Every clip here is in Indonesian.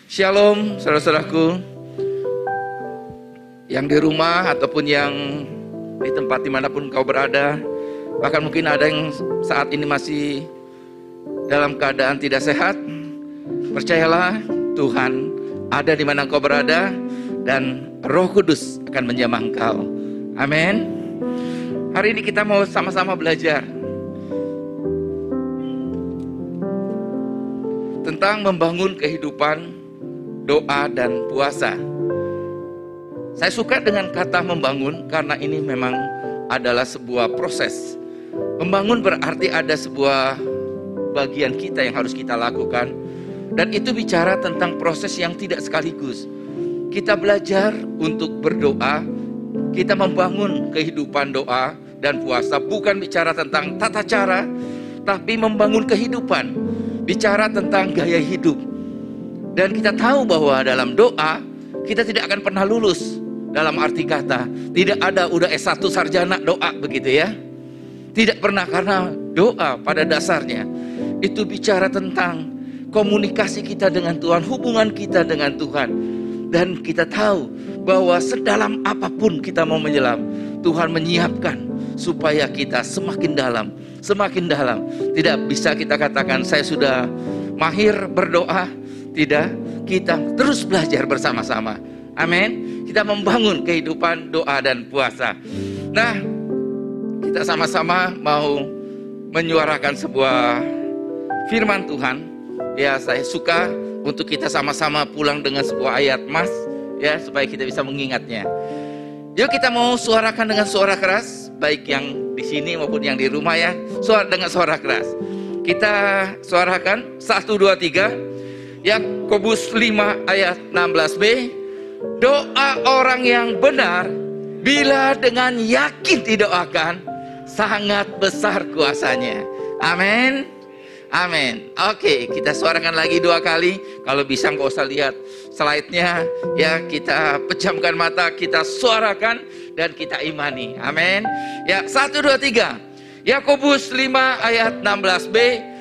Shalom saudara-saudaraku yang di rumah ataupun yang di tempat dimanapun kau berada. Bahkan mungkin ada yang saat ini masih dalam keadaan tidak sehat. Percayalah, Tuhan ada di mana kau berada dan Roh Kudus akan menjamah engkau. Amin. Hari ini kita mau sama-sama belajar tentang membangun kehidupan doa dan puasa. Saya suka dengan kata membangun karena ini memang adalah sebuah proses. Membangun berarti ada sebuah bagian kita yang harus kita lakukan. Dan itu bicara tentang proses yang tidak sekaligus. Kita belajar untuk berdoa, kita membangun kehidupan doa dan puasa. Bukan bicara tentang tata cara, tapi membangun kehidupan. Bicara tentang gaya hidup. Dan kita tahu bahwa dalam doa kita tidak akan pernah lulus. Dalam arti kata, tidak ada udah S1 sarjana doa begitu ya. Tidak pernah, karena doa pada dasarnya itu bicara tentang komunikasi kita dengan Tuhan, hubungan kita dengan Tuhan. Dan kita tahu bahwa sedalam apapun kita mau menyelam, Tuhan menyiapkan supaya kita semakin dalam, semakin dalam. Tidak bisa kita katakan saya sudah mahir berdoa. Tidak, kita terus belajar bersama-sama. Amin. Kita membangun kehidupan doa dan puasa. Nah, kita sama-sama mau menyuarakan sebuah firman Tuhan. Ya, saya suka untuk kita sama-sama pulang dengan sebuah ayat mas, ya, supaya kita bisa mengingatnya. Yuk kita mau suarakan dengan suara keras, baik yang di sini maupun yang di rumah ya. Dengan suara keras. Kita suarakan 1, 2, 3. Yakobus 5 ayat 16b. Doa orang yang benar bila dengan yakin didoakan sangat besar kuasanya. Amin. Amin. Oke, kita suarakan lagi 2 kali. Kalau bisa nggak usah lihat slide-nya ya, kita pejamkan mata, kita suarakan dan kita imani. Amin. Ya, 1, 2, 3. Yakobus 5 ayat 16b.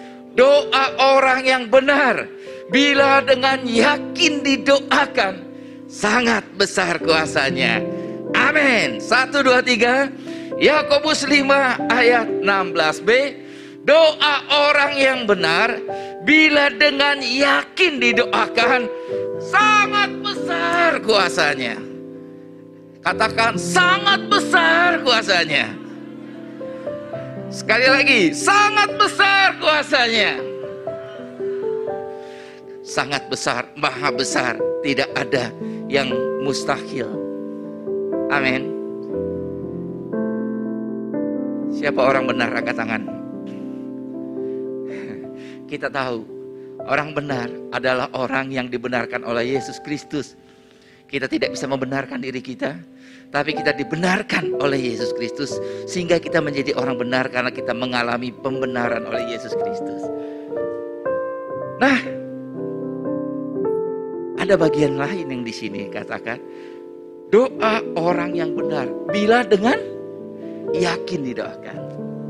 Doa orang yang benar bila dengan yakin didoakan sangat besar kuasanya. Amin. 1, 2, 3. Yakobus 5 ayat 16b. Doa orang yang benar bila dengan yakin didoakan sangat besar kuasanya. Katakan sangat besar kuasanya. Sekali lagi, sangat besar kuasanya. Sangat besar, maha besar, tidak ada yang mustahil. Amin. Siapa orang benar? Angkat tangan. Kita tahu orang benar adalah orang yang dibenarkan oleh Yesus Kristus. Kita tidak bisa membenarkan diri kita, tapi kita dibenarkan oleh Yesus Kristus, sehingga kita menjadi orang benar karena kita mengalami pembenaran oleh Yesus Kristus. Nah, ada bagian lain yang di sini katakan doa orang yang benar bila dengan yakin didoakan.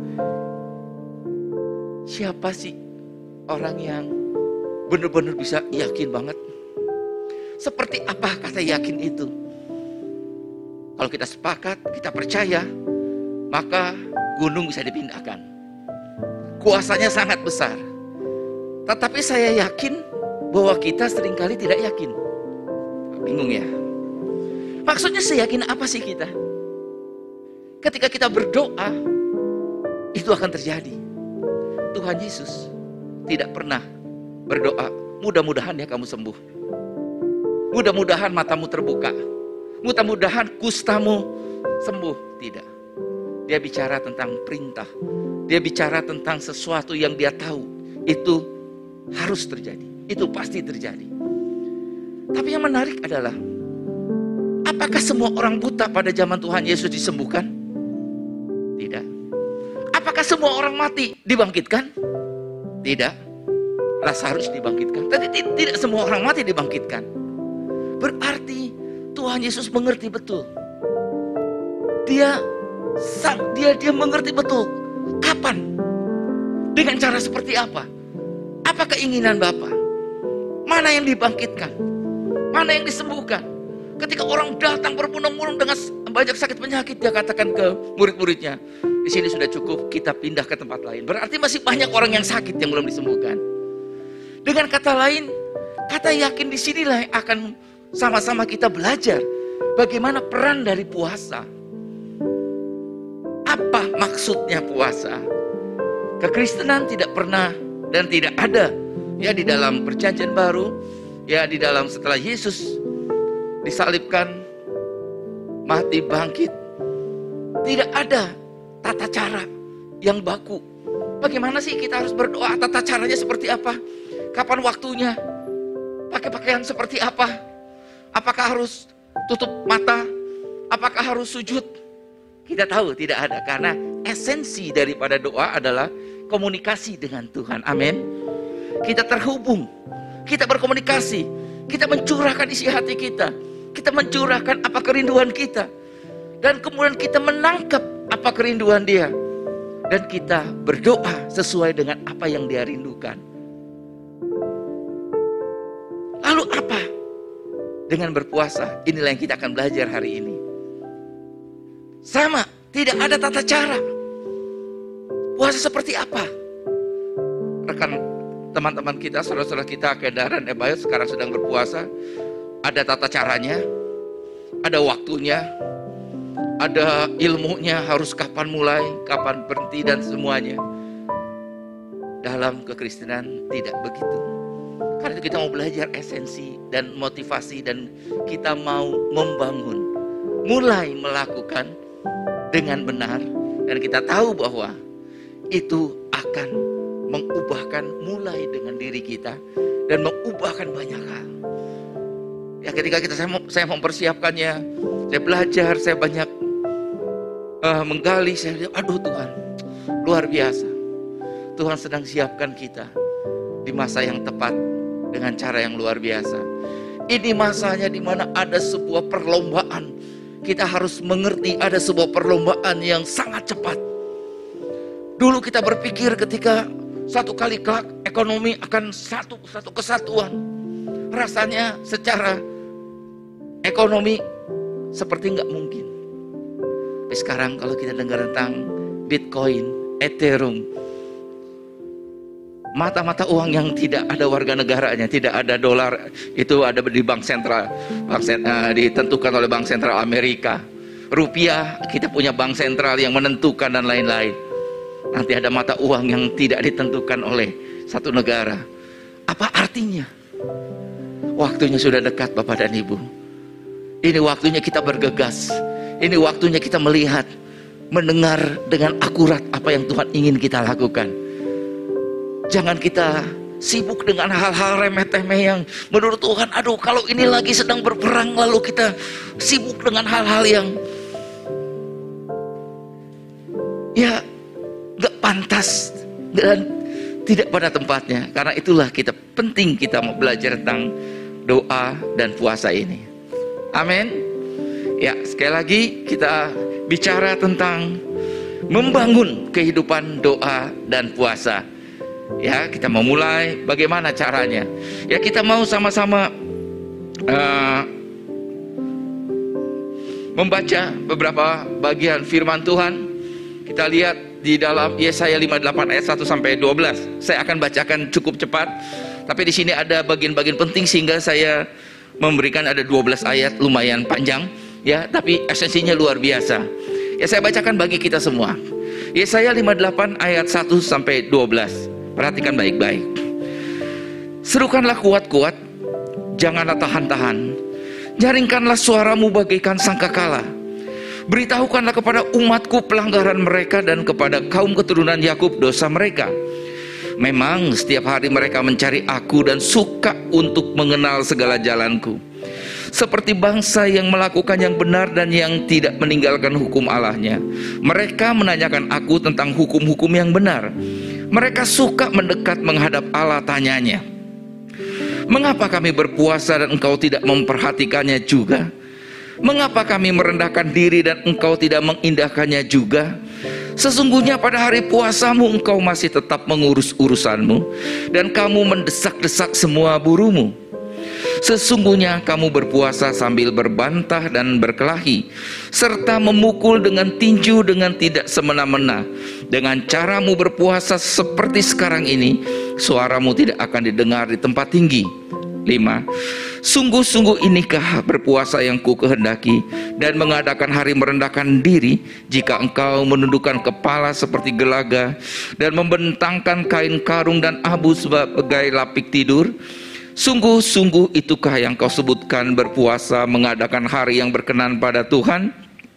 Siapa sih orang yang benar-benar bisa yakin banget? Seperti apa kata yakin itu? Kalau kita sepakat, kita percaya, maka gunung bisa dipindahkan. Kuasanya sangat besar. Tetapi saya yakin bahwa kita seringkali tidak yakin. Bingung ya? Maksudnya seyakin apa sih kita? Ketika kita berdoa, itu akan terjadi. Tuhan Yesus tidak pernah berdoa, mudah-mudahan ya kamu sembuh. Mudah-mudahan matamu terbuka. Mudah-mudahan kustamu sembuh. Tidak. Dia bicara tentang perintah. Dia bicara tentang sesuatu yang dia tahu. Itu harus terjadi. Itu pasti terjadi. Tapi yang menarik adalah, apakah semua orang buta pada zaman Tuhan Yesus disembuhkan? Tidak. Apakah semua orang mati dibangkitkan? Tidak. Lazarus dibangkitkan. Tapi tidak semua orang mati dibangkitkan. Berarti Tuhan Yesus mengerti betul. Dia mengerti betul kapan, dengan cara seperti apa, apa keinginan Bapa. Mana yang dibangkitkan? Mana yang disembuhkan? Ketika orang datang berbondong-bondong dengan banyak sakit penyakit, dia katakan ke murid-muridnya, di sini sudah cukup, kita pindah ke tempat lain. Berarti masih banyak orang yang sakit yang belum disembuhkan. Dengan kata lain, kata yakin di sinilah yang akan sama-sama kita belajar bagaimana peran dari puasa. Apa maksudnya puasa? Kekristenan tidak pernah dan tidak ada ya di dalam Perjanjian Baru, ya di dalam setelah Yesus disalibkan, mati, bangkit, tidak ada tata cara yang baku. Bagaimana sih kita harus berdoa? Tata caranya seperti apa? Kapan waktunya? Pakai pakaian seperti apa? Apakah harus tutup mata? Apakah harus sujud? Kita tahu tidak ada, karena esensi daripada doa adalah komunikasi dengan Tuhan. Amin. Kita terhubung, kita berkomunikasi, kita mencurahkan isi hati kita, kita mencurahkan apa kerinduan kita, dan kemudian kita menangkap apa kerinduan dia, dan kita berdoa sesuai dengan apa yang dia rindukan. Lalu apa dengan berpuasa? Inilah yang kita akan belajar hari ini. Sama, tidak ada tata cara. Puasa seperti apa? Rekan teman-teman kita, saudara-saudara kita Kedar dan Ebayus sekarang sedang berpuasa. Ada tata caranya, ada waktunya, ada ilmunya, harus kapan mulai, kapan berhenti, dan semuanya. Dalam kekristenan tidak begitu. Karena itu kita mau belajar esensi dan motivasi, dan kita mau membangun, mulai melakukan dengan benar, dan kita tahu bahwa itu akan mengubahkan mulai dengan diri kita dan mengubahkan banyak hal. Ya, ketika saya mempersiapkannya, saya belajar, saya banyak menggali, saya lihat, aduh Tuhan, luar biasa. Tuhan sedang siapkan kita di masa yang tepat dengan cara yang luar biasa. Ini masanya di mana ada sebuah perlombaan. Kita harus mengerti ada sebuah perlombaan yang sangat cepat. Dulu kita berpikir ketika satu kali kelak ekonomi akan satu kesatuan. Rasanya secara ekonomi seperti nggak mungkin. Tapi sekarang kalau kita dengar tentang Bitcoin, Ethereum, mata-mata uang yang tidak ada warga negaranya, tidak ada dolar, itu ada di bank sentral, ditentukan oleh bank sentral Amerika. Rupiah, kita punya bank sentral yang menentukan dan lain-lain. Nanti ada mata uang yang tidak ditentukan oleh satu negara. Apa artinya? Waktunya sudah dekat Bapak dan Ibu. Ini waktunya kita bergegas. Ini waktunya kita melihat, mendengar dengan akurat apa yang Tuhan ingin kita lakukan. Jangan kita sibuk dengan hal-hal remeh-temeh yang menurut Tuhan, aduh kalau ini lagi sedang berperang, lalu kita sibuk dengan hal-hal yang ya gak pantas dan tidak pada tempatnya. Karena itulah penting kita mau belajar tentang doa dan puasa ini. Amin. Ya, sekali lagi kita bicara tentang membangun kehidupan doa dan puasa. Ya, kita mau mulai bagaimana caranya. Ya, kita mau sama-sama membaca beberapa bagian firman Tuhan. Kita lihat di dalam Yesaya 58 ayat 1 sampai 12. Saya akan bacakan cukup cepat, tapi di sini ada bagian-bagian penting sehingga saya memberikan ada 12 ayat, lumayan panjang ya, tapi esensinya luar biasa. Ya, saya bacakan bagi kita semua. Yesaya 58 ayat 1 sampai 12. Perhatikan baik-baik. Serukanlah kuat-kuat, janganlah tahan-tahan. Jaringkanlah suaramu bagaikan sangkakala. Beritahukanlah kepada umatku pelanggaran mereka, dan kepada kaum keturunan Yakub dosa mereka. Memang setiap hari mereka mencari aku dan suka untuk mengenal segala jalanku. Seperti bangsa yang melakukan yang benar dan yang tidak meninggalkan hukum Allahnya. Mereka menanyakan aku tentang hukum-hukum yang benar. Mereka suka mendekat menghadap Allah, tanyanya, mengapa kami berpuasa dan engkau tidak memperhatikannya juga? Mengapa kami merendahkan diri dan engkau tidak mengindahkannya juga? Sesungguhnya pada hari puasamu engkau masih tetap mengurus urusanmu, dan kamu mendesak-desak semua burumu. Sesungguhnya kamu berpuasa sambil berbantah dan berkelahi, serta memukul dengan tinju dengan tidak semena-mena. Dengan caramu berpuasa seperti sekarang ini, suaramu tidak akan didengar di tempat tinggi. 5. Sungguh-sungguh inikah berpuasa yang ku kehendaki, dan mengadakan hari merendahkan diri, jika engkau menundukkan kepala seperti gelaga, dan membentangkan kain karung dan abu sebagai lapik tidur? Sungguh-sungguh itukah yang kau sebutkan berpuasa, mengadakan hari yang berkenan pada Tuhan?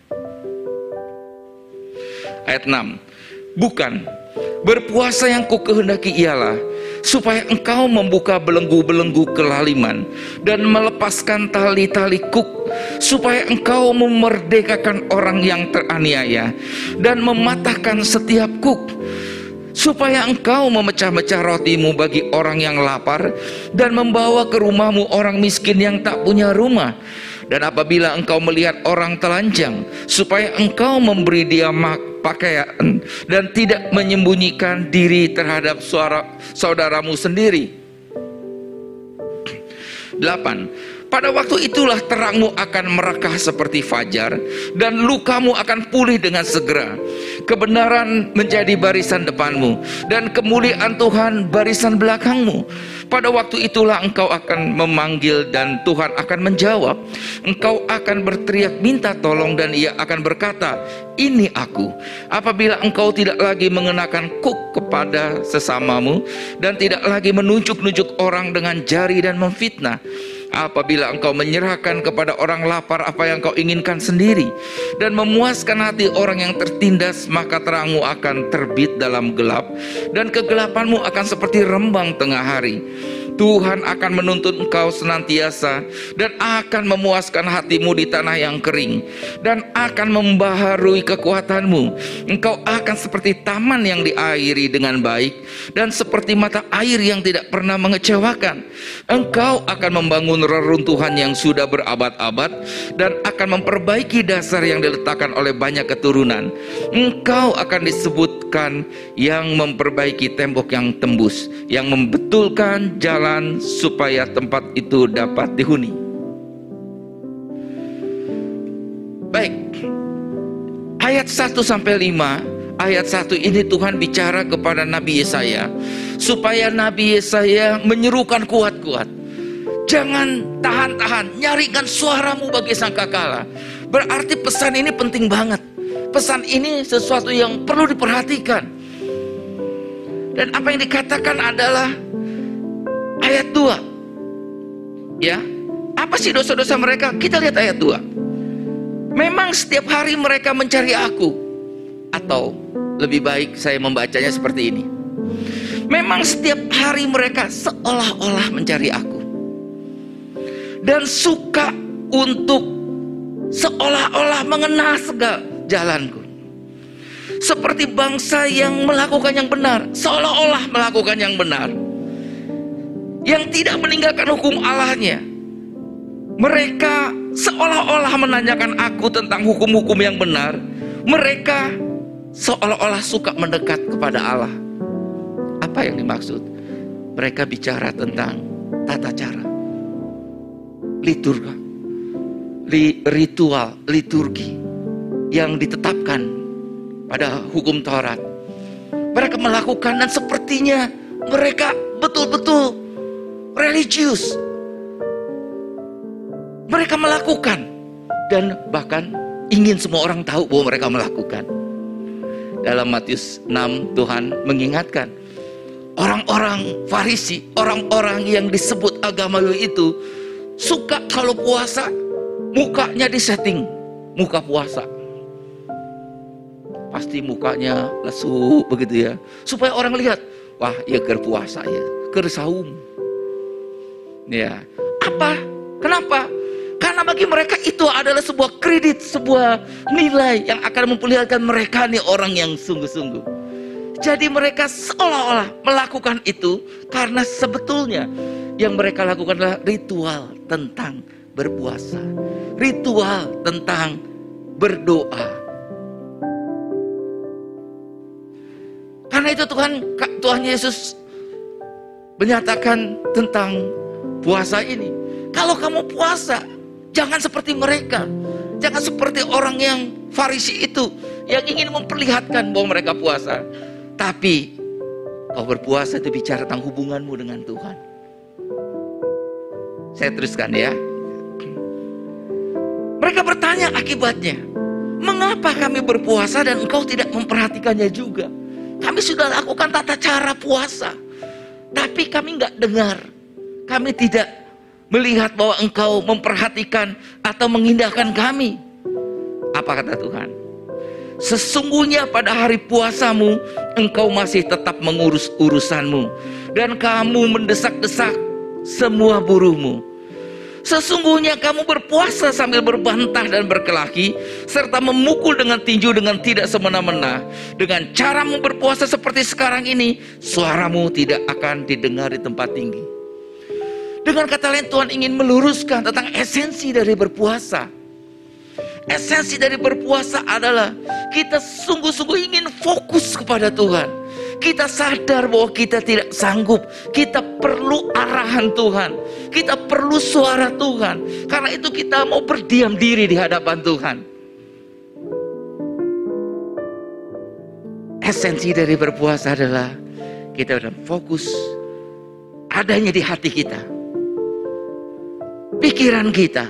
Ayat 6. Bukan, berpuasa yang ku kehendaki ialah supaya engkau membuka belenggu-belenggu kelaliman dan melepaskan tali-tali kuk, supaya engkau memerdekakan orang yang teraniaya dan mematahkan setiap kuk, supaya engkau memecah-mecah rotimu bagi orang yang lapar dan membawa ke rumahmu orang miskin yang tak punya rumah. Dan apabila engkau melihat orang telanjang, supaya engkau memberi dia pakaian dan tidak menyembunyikan diri terhadap saudaramu sendiri. 8. Pada waktu itulah terangmu akan merekah seperti fajar, dan lukamu akan pulih dengan segera. Kebenaran menjadi barisan depanmu, dan kemuliaan Tuhan barisan belakangmu. Pada waktu itulah engkau akan memanggil, dan Tuhan akan menjawab. Engkau akan berteriak minta tolong, dan Ia akan berkata, ini aku. Apabila engkau tidak lagi mengenakan kuk kepada sesamamu, dan tidak lagi menunjuk-nunjuk orang dengan jari dan memfitnah. Apabila engkau menyerahkan kepada orang lapar apa yang kau inginkan sendiri, dan memuaskan hati orang yang tertindas, maka terangmu akan terbit dalam gelap, dan kegelapanmu akan seperti rembang tengah hari. Tuhan akan menuntun engkau senantiasa, dan akan memuaskan hatimu di tanah yang kering, dan akan membaharui kekuatanmu. Engkau akan seperti taman yang diairi dengan baik, dan seperti mata air yang tidak pernah mengecewakan. Engkau akan membangun reruntuhan yang sudah berabad-abad, dan akan memperbaiki dasar yang diletakkan oleh banyak keturunan. Engkau akan disebutkan yang memperbaiki tembok yang tembus, yang membetulkan jalan supaya tempat itu dapat dihuni. Baik, ayat 1-5, ayat 1 ini Tuhan bicara kepada Nabi Yesaya, supaya Nabi Yesaya menyerukan kuat-kuat, jangan tahan-tahan, nyarikan suaramu bagi sangkakala. Berarti pesan ini penting banget. Pesan ini sesuatu yang perlu diperhatikan. Dan apa yang dikatakan adalah ayat 2. Ya, apa sih dosa-dosa mereka? Kita lihat ayat 2. Memang setiap hari mereka mencari aku. Atau lebih baik saya membacanya seperti ini. Memang setiap hari mereka seolah-olah mencari aku, dan suka untuk seolah-olah mengenal segala jalanku. Seperti bangsa yang melakukan yang benar, seolah-olah melakukan yang benar, yang tidak meninggalkan hukum Allahnya. Mereka seolah-olah menanyakan aku tentang hukum-hukum yang benar. Mereka seolah-olah suka mendekat kepada Allah. Apa yang dimaksud? Mereka bicara tentang tata cara, liturgi yang ditetapkan pada hukum Taurat. Mereka melakukan, dan sepertinya mereka betul-betul religius. Mereka melakukan, dan bahkan ingin semua orang tahu bahwa mereka melakukan. Dalam Matius 6 Tuhan mengingatkan orang-orang Farisi, orang-orang yang disebut agama itu suka kalau puasa mukanya disetting, muka puasa. Pasti mukanya lesu begitu ya, supaya orang lihat, wah ya ker puasa ya, ker saum. Ya, apa? Kenapa? Karena bagi mereka itu adalah sebuah kredit, sebuah nilai yang akan memperlihatkan mereka nih orang yang sungguh-sungguh. Jadi mereka seolah-olah melakukan itu karena sebetulnya yang mereka lakukan adalah ritual tentang berpuasa, ritual tentang berdoa. Karena itu Tuhan Yesus menyatakan tentang puasa ini. Kalau kamu puasa, jangan seperti mereka. Jangan seperti orang yang Farisi itu, yang ingin memperlihatkan bahwa mereka puasa. Tapi kau berpuasa itu bicara tentang hubunganmu dengan Tuhan. Saya teruskan ya. Mereka bertanya akibatnya, mengapa kami berpuasa dan engkau tidak memperhatikannya juga? Kami sudah lakukan tata cara puasa, tapi kami nggak dengar. Kami tidak melihat bahwa engkau memperhatikan atau mengindahkan kami. Apa kata Tuhan? Sesungguhnya pada hari puasamu, engkau masih tetap mengurus urusanmu, dan kamu mendesak-desak semua buruhmu. Sesungguhnya kamu berpuasa sambil berbantah dan berkelahi, serta memukul dengan tinju dengan tidak semena-mena. Dengan caramu berpuasa seperti sekarang ini, suaramu tidak akan didengar di tempat tinggi. Dengan kata lain, Tuhan ingin meluruskan tentang esensi dari berpuasa. Esensi dari berpuasa adalah kita sungguh-sungguh ingin fokus kepada Tuhan. Kita sadar bahwa kita tidak sanggup. Kita perlu arahan Tuhan. Kita perlu suara Tuhan. Karena itu kita mau berdiam diri di hadapan Tuhan. Esensi dari berpuasa adalah kita sudah fokus adanya di hati kita, pikiran kita.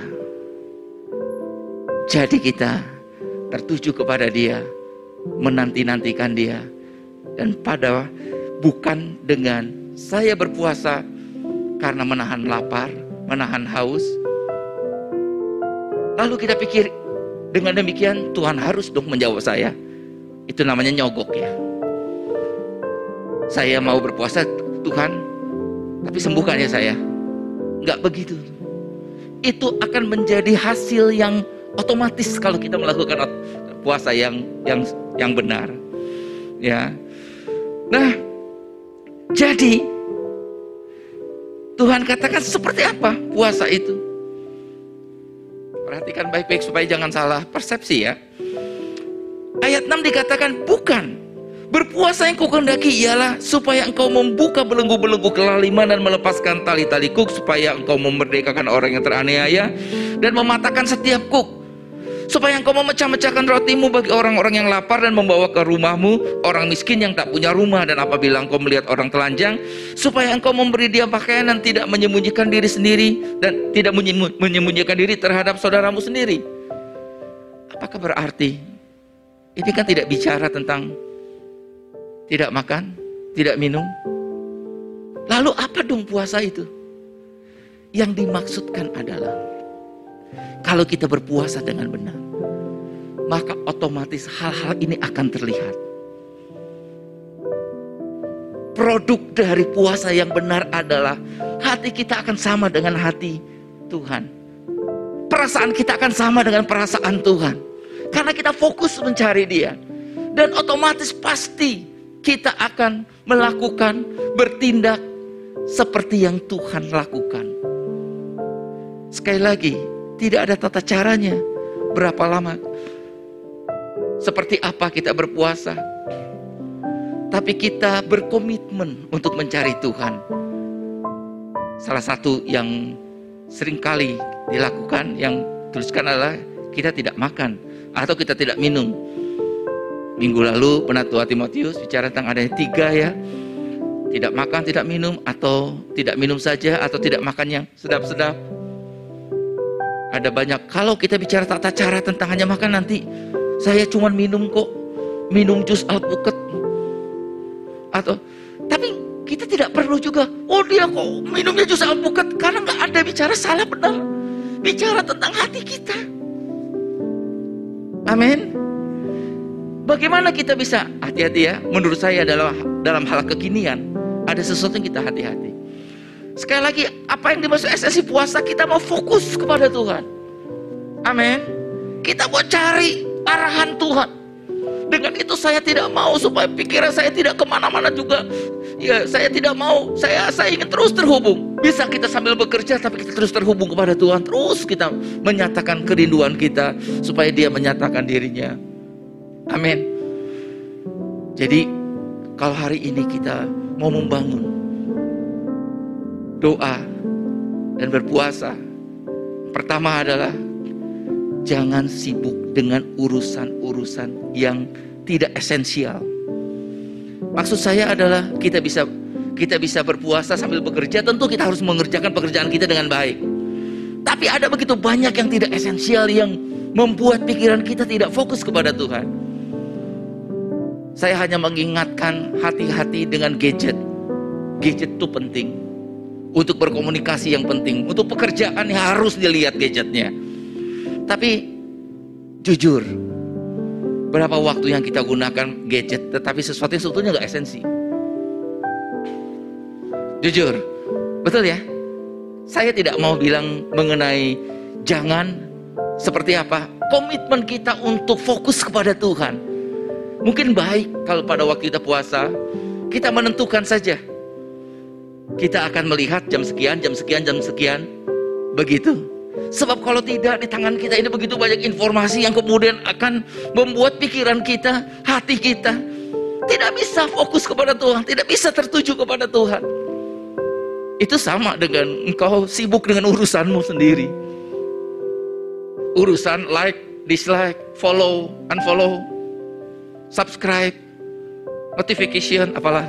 Jadi kita tertuju kepada Dia, menanti-nantikan Dia. Dan bukan dengan saya berpuasa karena menahan lapar, menahan haus. Lalu kita pikir dengan demikian Tuhan harus dong menjawab saya. Itu namanya nyogok ya. Saya mau berpuasa Tuhan, tapi sembuhkan ya saya. Enggak begitu. Itu akan menjadi hasil yang otomatis kalau kita melakukan puasa yang benar. Ya. Nah, jadi Tuhan katakan seperti apa puasa itu? Perhatikan baik-baik supaya jangan salah persepsi ya. Ayat 6 dikatakan, bukan. Berpuasa yang kau kehendaki ialah supaya engkau membuka belenggu-belenggu kelaliman dan melepaskan tali-tali kuk, supaya engkau memerdekakan orang yang teraniaya dan mematahkan setiap kuk, supaya engkau memecah-mecahkan rotimu bagi orang-orang yang lapar dan membawa ke rumahmu orang miskin yang tak punya rumah. Dan apabila engkau melihat orang telanjang, supaya engkau memberi dia pakaian dan tidak menyembunyikan diri sendiri, dan tidak menyembunyikan diri terhadap saudaramu sendiri. Apakah berarti ini kan tidak bicara tentang tidak makan, tidak minum? Lalu apa dong puasa itu? Yang dimaksudkan adalah kalau kita berpuasa dengan benar, maka otomatis hal-hal ini akan terlihat. Produk dari puasa yang benar adalah hati kita akan sama dengan hati Tuhan. Perasaan kita akan sama dengan perasaan Tuhan. Karena kita fokus mencari Dia. Dan otomatis pasti kita akan melakukan, bertindak seperti yang Tuhan lakukan. Sekali lagi, tidak ada tata caranya. Berapa lama, seperti apa kita berpuasa. Tapi kita berkomitmen untuk mencari Tuhan. Salah satu yang seringkali dilakukan, yang tuliskan adalah kita tidak makan atau kita tidak minum. Minggu lalu Penatua Timotius bicara tentang ada 3 ya. Tidak makan, tidak minum, atau tidak minum saja, atau tidak makan yang sedap-sedap. Ada banyak. Kalau kita bicara tata cara tentang hanya makan, nanti saya cuma minum kok, minum jus alpukat. Tapi kita tidak perlu juga, oh dia kok minumnya jus alpukat, karena nggak ada bicara salah benar. Bicara tentang hati kita. Amin. Bagaimana kita bisa hati-hati ya? Menurut saya dalam hal kekinian ada sesuatu yang kita hati-hati. Sekali lagi, apa yang dimaksud esensi puasa? Kita mau fokus kepada Tuhan. Amin. Kita mau cari arahan Tuhan. Dengan itu saya tidak mau supaya pikiran saya tidak kemana-mana juga. Ya, saya tidak mau. Saya ingin terus terhubung. Bisa kita sambil bekerja, tapi kita terus terhubung kepada Tuhan. Terus kita menyatakan kerinduan kita supaya Dia menyatakan dirinya. Amin. Jadi Kalau hari ini kita mau membangun doa dan berpuasa, pertama adalah jangan sibuk dengan urusan-urusan yang tidak esensial. Maksud saya adalah kita bisa berpuasa sambil bekerja. Tentu kita harus mengerjakan pekerjaan kita dengan baik. Tapi ada begitu banyak yang tidak esensial yang membuat pikiran kita tidak fokus kepada Tuhan. Saya hanya mengingatkan hati-hati dengan gadget. Gadget itu penting. Untuk berkomunikasi yang penting. Untuk pekerjaan harus dilihat gadgetnya. Tapi jujur, berapa waktu yang kita gunakan gadget tetapi sesuatu yang sebetulnya gak esensi? Jujur, betul ya? Saya tidak mau bilang mengenai jangan seperti apa. Komitmen kita untuk fokus kepada Tuhan. Mungkin baik kalau pada waktu kita puasa, kita menentukan saja. Kita akan melihat jam sekian, begitu. Sebab kalau tidak, di tangan kita ini begitu banyak informasi yang kemudian akan membuat pikiran kita, hati kita tidak bisa fokus kepada Tuhan, tidak bisa tertuju kepada Tuhan. Itu sama dengan engkau sibuk dengan urusanmu sendiri. Urusan like, dislike, follow, unfollow, subscribe, notification, apalah.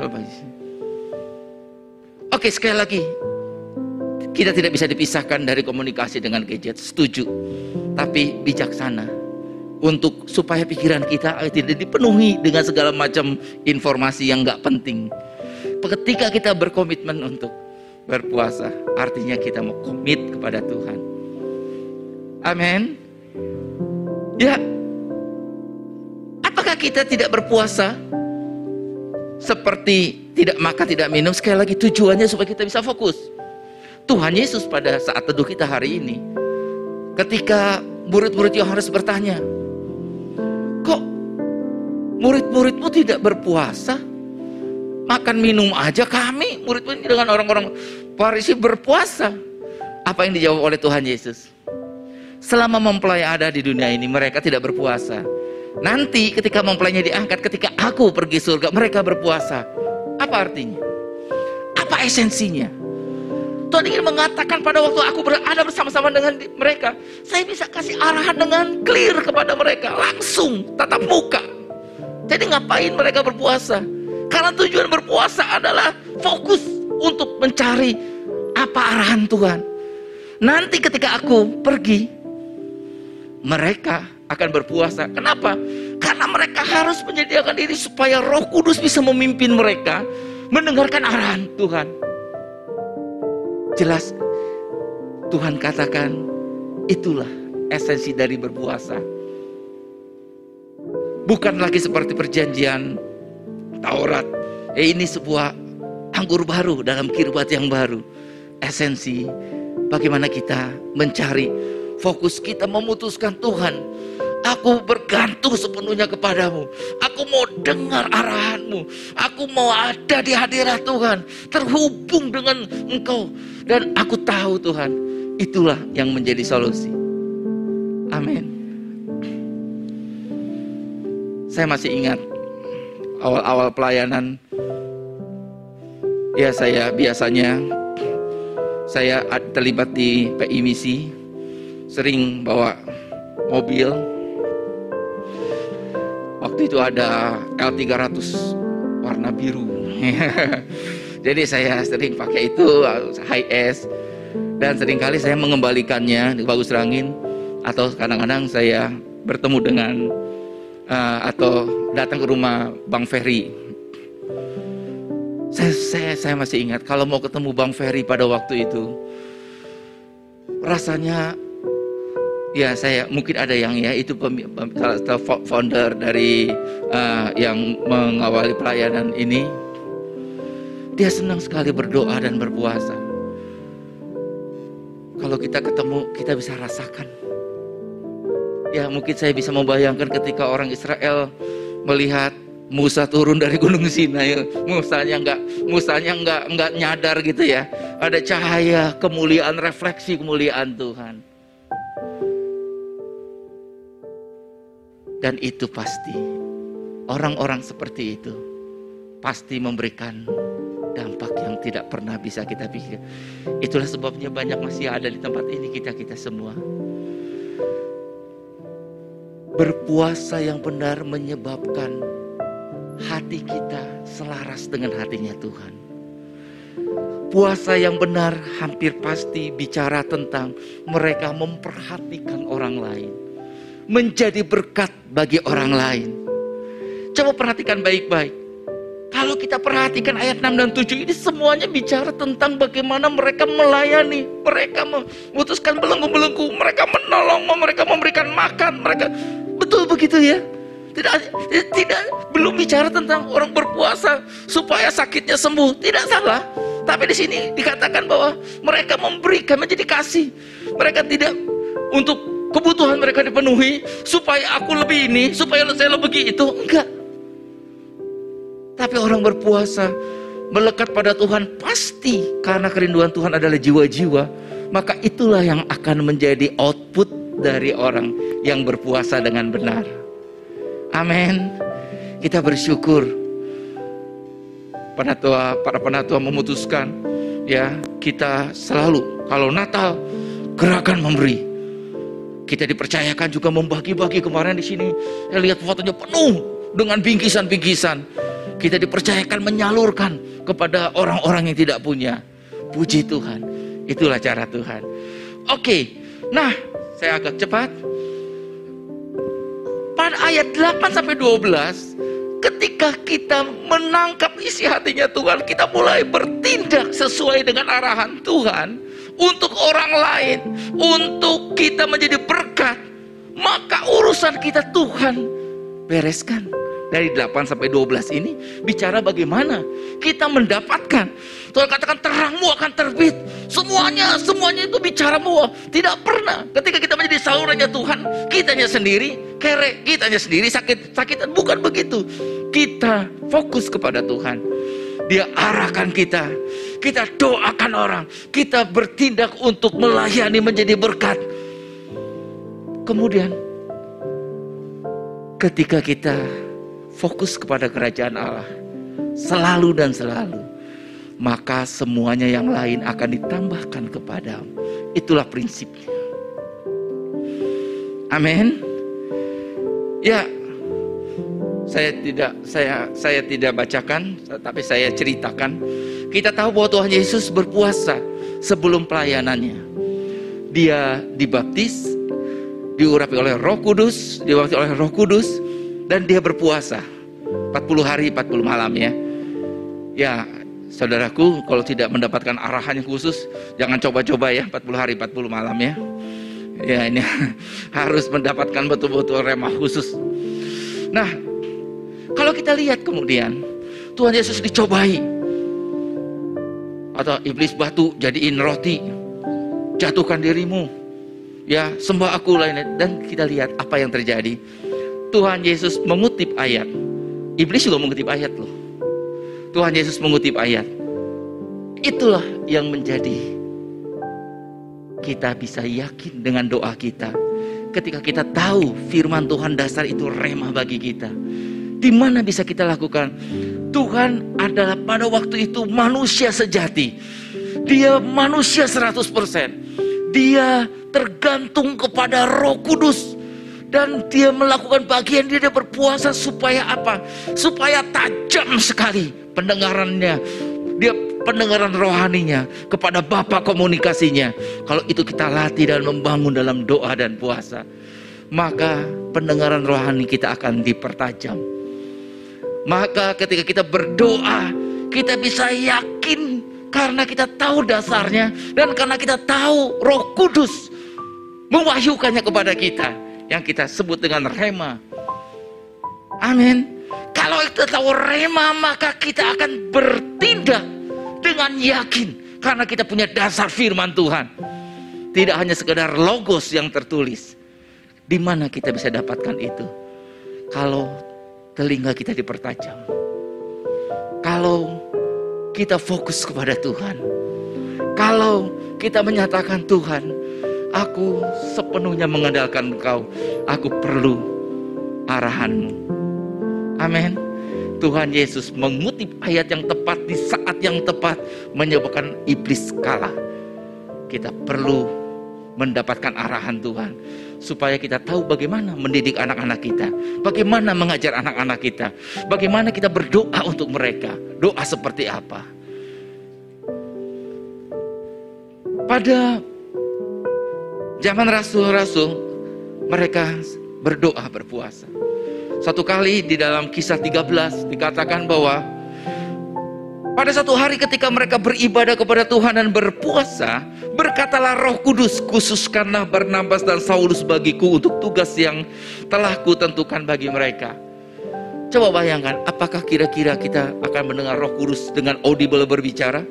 Oke, sekali lagi, kita tidak bisa dipisahkan dari komunikasi dengan gadget, setuju. Tapi bijaksana untuk supaya pikiran kita tidak dipenuhi dengan segala macam informasi yang gak penting. Ketika kita berkomitmen untuk berpuasa, artinya kita mau komit kepada Tuhan. Amin. Ya, apakah kita tidak berpuasa seperti tidak makan, tidak minum? Sekali lagi, tujuannya supaya kita bisa fokus. Tuhan Yesus pada saat teduh kita hari ini, ketika murid-murid Yohanes bertanya, kok murid-muridmu tidak berpuasa? Makan minum aja, kami murid-murid dengan orang-orang Farisi berpuasa. Apa yang dijawab oleh Tuhan Yesus? Selama mempelai ada di dunia ini, mereka tidak berpuasa. Nanti ketika mempelainya diangkat, ketika aku pergi surga, mereka berpuasa. Apa artinya? Apa esensinya? Tuhan ingin mengatakan pada waktu aku berada bersama-sama dengan mereka, saya bisa kasih arahan dengan clear kepada mereka, langsung, tatap muka. Jadi ngapain mereka berpuasa? Karena tujuan berpuasa adalah fokus untuk mencari apa arahan Tuhan. Nanti ketika aku pergi, mereka akan berpuasa. Kenapa? Karena mereka harus menyediakan diri supaya Roh Kudus bisa memimpin mereka mendengarkan arahan Tuhan. Jelas Tuhan katakan itulah esensi dari berpuasa. Bukan lagi seperti perjanjian Taurat. Ini sebuah anggur baru dalam kirbat yang baru. Esensi bagaimana kita mencari, fokus kita memutuskan, Tuhan, aku bergantung sepenuhnya kepadamu. Aku mau dengar arahanmu. Aku mau ada di hadirat Tuhan, terhubung dengan Engkau. Dan aku tahu Tuhan, itulah yang menjadi solusi. Amin. Saya masih ingat awal-awal pelayanan. Ya, saya biasanya terlibat di PI Misi, sering bawa mobil. Waktu itu ada L300 warna biru. Jadi saya sering pakai itu, high S. Dan seringkali saya mengembalikannya di Bagus Rangin. Atau kadang-kadang saya bertemu dengan atau datang ke rumah Bang Ferry. Saya masih ingat kalau mau ketemu Bang Ferry pada waktu itu, rasanya ya saya mungkin ada yang ya itu founder dari yang mengawali pelayanan ini. Dia senang sekali berdoa dan berpuasa. Kalau kita ketemu, kita bisa rasakan. Ya, mungkin saya bisa membayangkan ketika orang Israel melihat Musa turun dari Gunung Sinai, Musanya nggak nyadar gitu ya. Ada cahaya kemuliaan, refleksi kemuliaan Tuhan. Dan itu pasti orang-orang seperti itu pasti memberikan dampak yang tidak pernah bisa kita pikir. Itulah sebabnya banyak masih ada di tempat ini kita semua. Berpuasa yang benar menyebabkan hati kita selaras dengan hatinya Tuhan. Puasa yang benar hampir pasti bicara tentang mereka memperhatikan orang lain, menjadi berkat bagi orang lain. Coba perhatikan baik-baik. Kalau kita perhatikan ayat 6 dan 7 ini semuanya bicara tentang bagaimana mereka melayani, mereka memutuskan belenggu-belenggu, mereka menolong, mereka memberikan makan, mereka betul begitu ya. Tidak belum bicara tentang orang berpuasa supaya sakitnya sembuh, tidak salah. Tapi di sini dikatakan bahwa mereka memberikan, menjadi kasih. Mereka tidak untuk kebutuhan mereka dipenuhi, supaya aku lebih ini, supaya saya lebih itu, enggak. Tapi orang berpuasa melekat pada Tuhan pasti karena kerinduan Tuhan adalah jiwa-jiwa. Maka itulah yang akan menjadi output dari orang yang berpuasa dengan benar. Amin. Kita bersyukur para penatua memutuskan ya, kita selalu kalau Natal gerakan memberi. Kita dipercayakan juga membagi-bagi. Kemarin di sini saya lihat fotonya penuh dengan bingkisan-bingkisan. Kita dipercayakan menyalurkan kepada orang-orang yang tidak punya. Puji Tuhan. Itulah cara Tuhan. Oke. Nah, saya agak cepat. Pada ayat 8-12, ketika kita menangkap isi hatinya Tuhan, kita mulai bertindak sesuai dengan arahan Tuhan untuk orang lain, untuk kita menjadi berkat, maka urusan kita Tuhan bereskan. Dari 8-12 ini bicara bagaimana kita mendapatkan. Tuhan katakan terangmu akan terbit. Semuanya itu bicara bahwa tidak pernah ketika kita menjadi salurannya Tuhan, kitanya sendiri kere, kitanya sendiri sakitan. Bukan begitu. Kita fokus kepada Tuhan. Dia arahkan kita. Kita doakan orang. Kita bertindak untuk melayani menjadi berkat. Kemudian ketika kita fokus kepada kerajaan Allah selalu dan selalu, maka semuanya yang lain akan ditambahkan kepadamu. Itulah prinsipnya. Amin. Ya, saya tidak bacakan, tapi saya ceritakan. Kita tahu bahwa Tuhan Yesus berpuasa sebelum pelayanannya. Dia dibaptis, diurapi oleh Roh Kudus, dan dia berpuasa 40 hari 40 malam ya. Ya, saudaraku, kalau tidak mendapatkan arahan yang khusus, jangan coba-coba ya 40 hari 40 malam ya. Ya, ini harus mendapatkan betul-betul remah khusus. Nah, kalau kita lihat kemudian Tuhan Yesus dicobai, atau iblis batu jadiin roti, jatuhkan dirimu, ya sembah aku lainnya. Dan kita lihat apa yang terjadi. Tuhan Yesus mengutip ayat. Iblis juga mengutip ayat loh. Tuhan Yesus mengutip ayat. Itulah yang menjadi kita bisa yakin dengan doa kita. Ketika kita tahu firman Tuhan dasar itu remah bagi kita. Di mana bisa kita lakukan? Tuhan adalah pada waktu itu manusia sejati. Dia manusia 100%. Dia tergantung kepada Roh Kudus. Dan dia melakukan bagian dia berpuasa supaya apa? Supaya tajam sekali pendengarannya. Dia pendengaran rohaninya kepada Bapa, komunikasinya. Kalau itu kita latih dan membangun dalam doa dan puasa, maka pendengaran rohani kita akan dipertajam. Maka ketika kita berdoa, kita bisa yakin karena kita tahu dasarnya dan karena kita tahu Roh Kudus mewahyukannya kepada kita, yang kita sebut dengan rema. Amin. Kalau kita tahu rema, maka kita akan bertindak dengan yakin karena kita punya dasar firman Tuhan. Tidak hanya sekedar logos yang tertulis. Di mana kita bisa dapatkan itu? Kalau telinga kita dipertajam, kalau kita fokus kepada Tuhan, kalau kita menyatakan, Tuhan, aku sepenuhnya mengandalkan Engkau. Aku perlu arahan-Mu. Amin. Tuhan Yesus mengutip ayat yang tepat di saat yang tepat, menyebabkan iblis kalah. Kita perlu mendapatkan arahan Tuhan, supaya kita tahu bagaimana mendidik anak-anak kita, bagaimana mengajar anak-anak kita, bagaimana kita berdoa untuk mereka. Doa seperti apa? Pada zaman rasul-rasul, mereka berdoa, berpuasa. Satu kali di dalam Kisah 13 dikatakan bahwa pada satu hari ketika mereka beribadah kepada Tuhan dan berpuasa, berkatalah Roh Kudus, khususkanlah Barnabas dan Saulus bagiku untuk tugas yang telah kutentukan bagi mereka. Coba bayangkan, apakah kira-kira kita akan mendengar Roh Kudus dengan audible berbicara?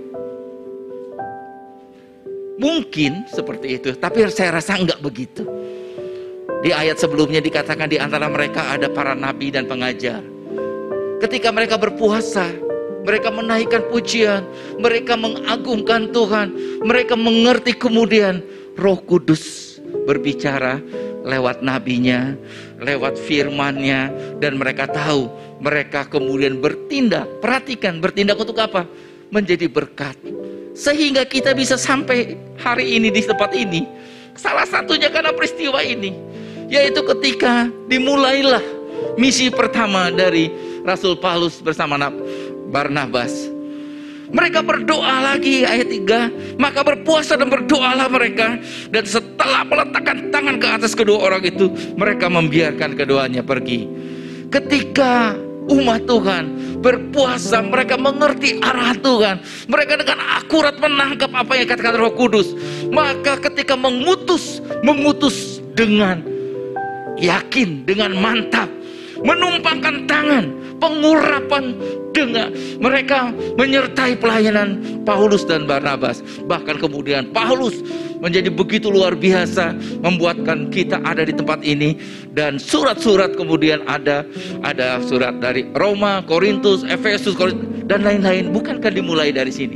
Mungkin seperti itu, tapi saya rasa enggak begitu. Di ayat sebelumnya dikatakan di antara mereka ada para nabi dan pengajar. Ketika mereka berpuasa, mereka menaikkan pujian, mereka mengagungkan Tuhan, mereka mengerti, kemudian Roh Kudus berbicara lewat nabinya, lewat firman-Nya, dan mereka tahu, mereka kemudian bertindak. Perhatikan, bertindak untuk apa? Menjadi berkat. Sehingga kita bisa sampai hari ini di tempat ini. Salah satunya karena peristiwa ini, yaitu ketika dimulailah misi pertama dari Rasul Paulus bersama Barnabas. Mereka berdoa lagi, ayat 3, maka berpuasa dan berdoalah mereka, dan setelah meletakkan tangan ke atas kedua orang itu, mereka membiarkan keduanya pergi. Ketika umat Tuhan berpuasa, mereka mengerti arah Tuhan, mereka dengan akurat menangkap apa yang dikatakan Roh Kudus. Maka ketika mengutus dengan yakin, dengan mantap, menumpangkan tangan, pengurapan, dengan mereka menyertai pelayanan Paulus dan Barnabas. Bahkan kemudian Paulus menjadi begitu luar biasa, membuatkan kita ada di tempat ini. Dan surat-surat kemudian ada surat dari Roma, Korintus, Efesus, dan lain-lain. Bukankah dimulai dari sini?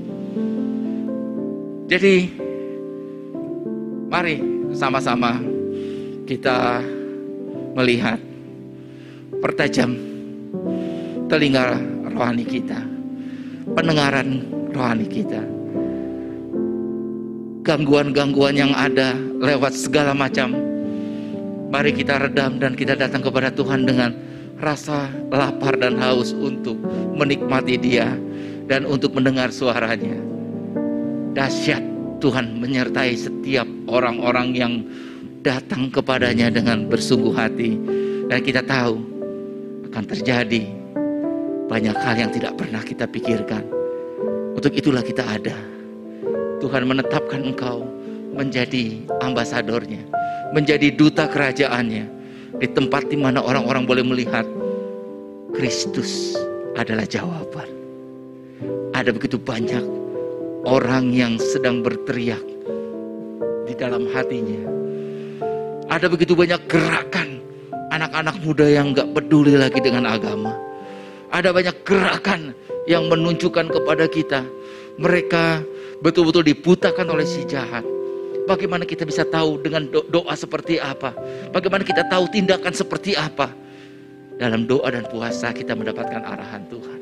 Jadi mari sama-sama kita melihat, pertajam telinga rohani kita, pendengaran rohani kita. Gangguan-gangguan yang ada lewat segala macam, mari kita redam dan kita datang kepada Tuhan dengan rasa lapar dan haus untuk menikmati Dia dan untuk mendengar suaranya. Dahsyat Tuhan menyertai setiap orang-orang yang datang kepadanya dengan bersungguh hati. Dan kita tahu akan terjadi banyak hal yang tidak pernah kita pikirkan. Untuk itulah kita ada. Tuhan menetapkan engkau menjadi ambasadornya, menjadi duta kerajaannya, di tempat di mana orang-orang boleh melihat Kristus adalah jawaban. Ada begitu banyak orang yang sedang berteriak di dalam hatinya. Ada begitu banyak gerakan anak-anak muda yang gak peduli lagi dengan agama. Ada banyak gerakan yang menunjukkan kepada kita, mereka betul-betul dibutakan oleh si jahat. Bagaimana kita bisa tahu dengan doa seperti apa? Bagaimana kita tahu tindakan seperti apa? Dalam doa dan puasa kita mendapatkan arahan Tuhan.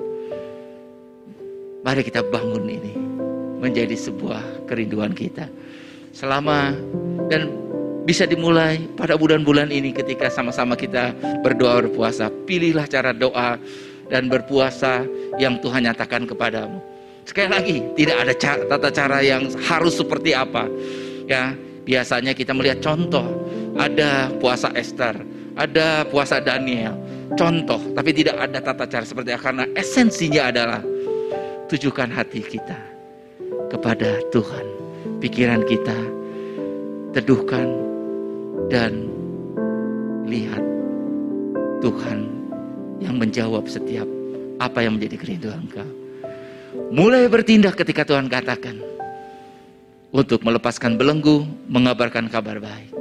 Mari kita bangun ini menjadi sebuah kerinduan kita. Selama dan bisa dimulai pada bulan-bulan ini ketika sama-sama kita berdoa berpuasa. Pilihlah cara doa dan berpuasa yang Tuhan nyatakan kepadamu. Sekali lagi, tidak ada tata cara yang harus seperti apa. Ya, biasanya kita melihat contoh, ada puasa Esther, ada puasa Daniel, contoh, tapi tidak ada tata cara seperti apa. Karena esensinya adalah tujukan hati kita kepada Tuhan, pikiran kita teduhkan dan lihat Tuhan yang menjawab setiap apa yang menjadi kerinduan engkau. Mulai bertindak ketika Tuhan katakan untuk melepaskan belenggu, mengabarkan kabar baik.